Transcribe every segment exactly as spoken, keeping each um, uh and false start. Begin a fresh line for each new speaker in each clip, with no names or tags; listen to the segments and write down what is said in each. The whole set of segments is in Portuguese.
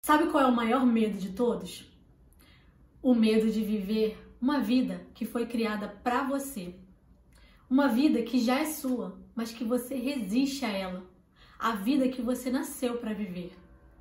Sabe qual é o maior medo de todos? O medo de viver uma vida que foi criada para você. Uma vida que já é sua, mas que você resiste a ela. A vida que você nasceu para viver.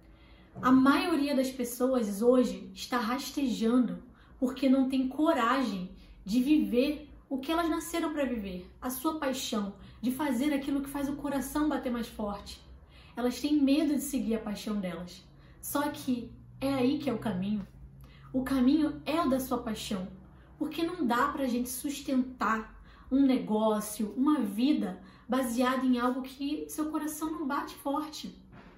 A maioria das pessoas hoje está rastejando porque não tem coragem de viver o que elas nasceram para viver. A sua paixão, de fazer aquilo que faz o coração bater mais forte. Elas têm medo de seguir a paixão delas. Só que é aí que é o caminho. O caminho é o da sua paixão. Porque não dá pra gente sustentar um negócio, uma vida baseada em algo que seu coração não bate forte.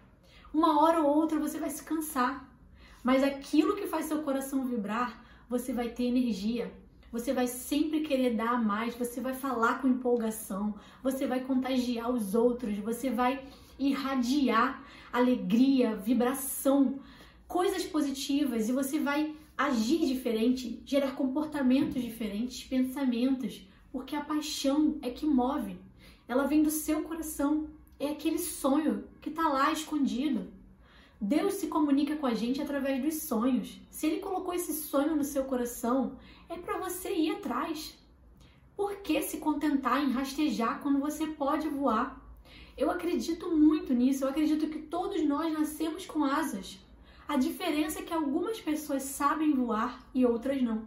Uma hora ou outra você vai se cansar. Mas aquilo que faz seu coração vibrar, você vai ter energia. Você vai sempre querer dar mais, você vai falar com empolgação, você vai contagiar os outros, você vai irradiar alegria, vibração, coisas positivas e você vai agir diferente, gerar comportamentos diferentes, pensamentos, porque a paixão é que move, ela vem do seu coração, é aquele sonho que está lá escondido. Deus se comunica com a gente através dos sonhos. Se Ele colocou esse sonho no seu coração, é para você ir atrás. Por que se contentar em rastejar quando você pode voar? Eu acredito muito nisso, eu acredito que todos nós nascemos com asas. A diferença é que algumas pessoas sabem voar e outras não.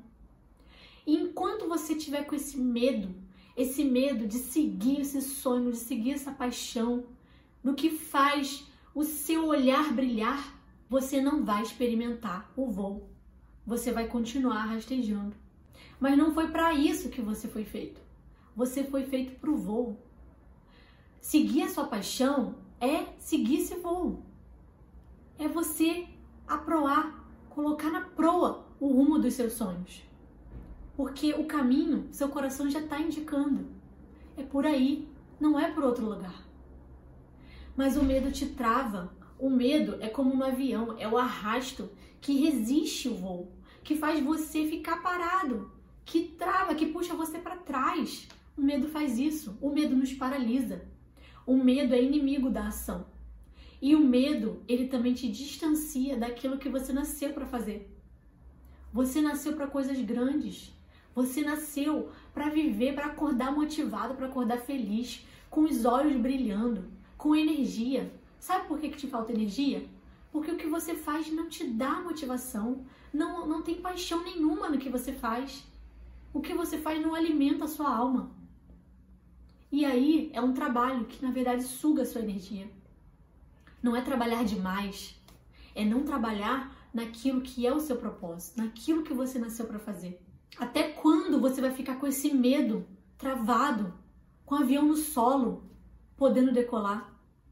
E enquanto você tiver com esse medo, esse medo de seguir esse sonho, de seguir essa paixão, no que faz o seu olhar brilhar, você não vai experimentar o voo. Você vai continuar rastejando. Mas não foi para isso que você foi feito. Você foi feito para o voo. Seguir a sua paixão é seguir esse voo. É você aproar, colocar na proa o rumo dos seus sonhos. Porque o caminho, seu coração já está indicando. É por aí, não é por outro lugar. Mas o medo te trava. O medo é como no avião, é o arrasto que resiste o voo, que faz você ficar parado, que trava, que puxa você para trás. O medo faz isso, o medo nos paralisa. O medo é inimigo da ação. E o medo, ele também te distancia daquilo que você nasceu para fazer. Você nasceu para coisas grandes. Você nasceu para viver, para acordar motivado, para acordar feliz, com os olhos brilhando, com energia. Sabe por que que te falta energia? Porque o que você faz não te dá motivação, não, não tem paixão nenhuma no que você faz. O que você faz não alimenta a sua alma. E aí é um trabalho que na verdade suga a sua energia. Não é trabalhar demais, é não trabalhar naquilo que é o seu propósito, naquilo que você nasceu para fazer. Até quando você vai ficar com esse medo travado, com o avião no solo, podendo decolar?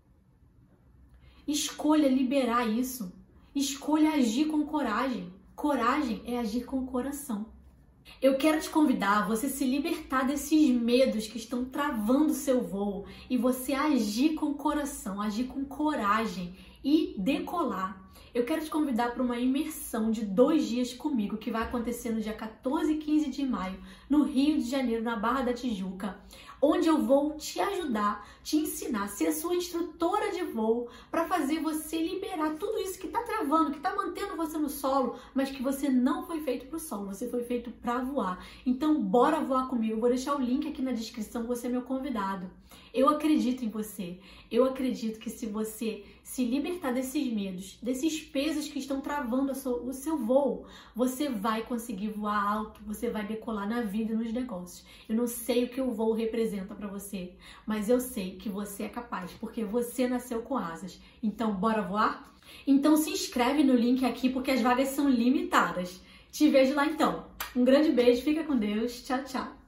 Escolha liberar isso. Escolha agir com coragem. Coragem é agir com o coração. Eu quero te convidar a você se libertar desses medos que estão travando o seu voo e você agir com coração, agir com coragem e decolar. Eu quero te convidar para uma imersão de dois dias comigo que vai acontecer no dia quatorze e quinze de maio, no Rio de Janeiro, na Barra da Tijuca, onde eu vou te ajudar, te ensinar, ser a sua instrutora de voo para fazer você liberar tudo isso que está travando, que está mantendo você no solo, mas que você não foi feito para o solo, você foi feito para voar. Então, bora voar comigo. Eu vou deixar o link aqui na descrição, você é meu convidado. Eu acredito em você. Eu acredito que se você se libertar desses medos, desses pesos que estão travando o seu, o seu voo, você vai conseguir voar alto, você vai decolar na vida e nos negócios. Eu não sei o que o voo representa para você, mas eu sei que você é capaz, porque você nasceu com asas. Então, bora voar? Então se inscreve no link aqui, porque as vagas são limitadas. Te vejo lá então. Um grande beijo, fica com Deus. Tchau, tchau.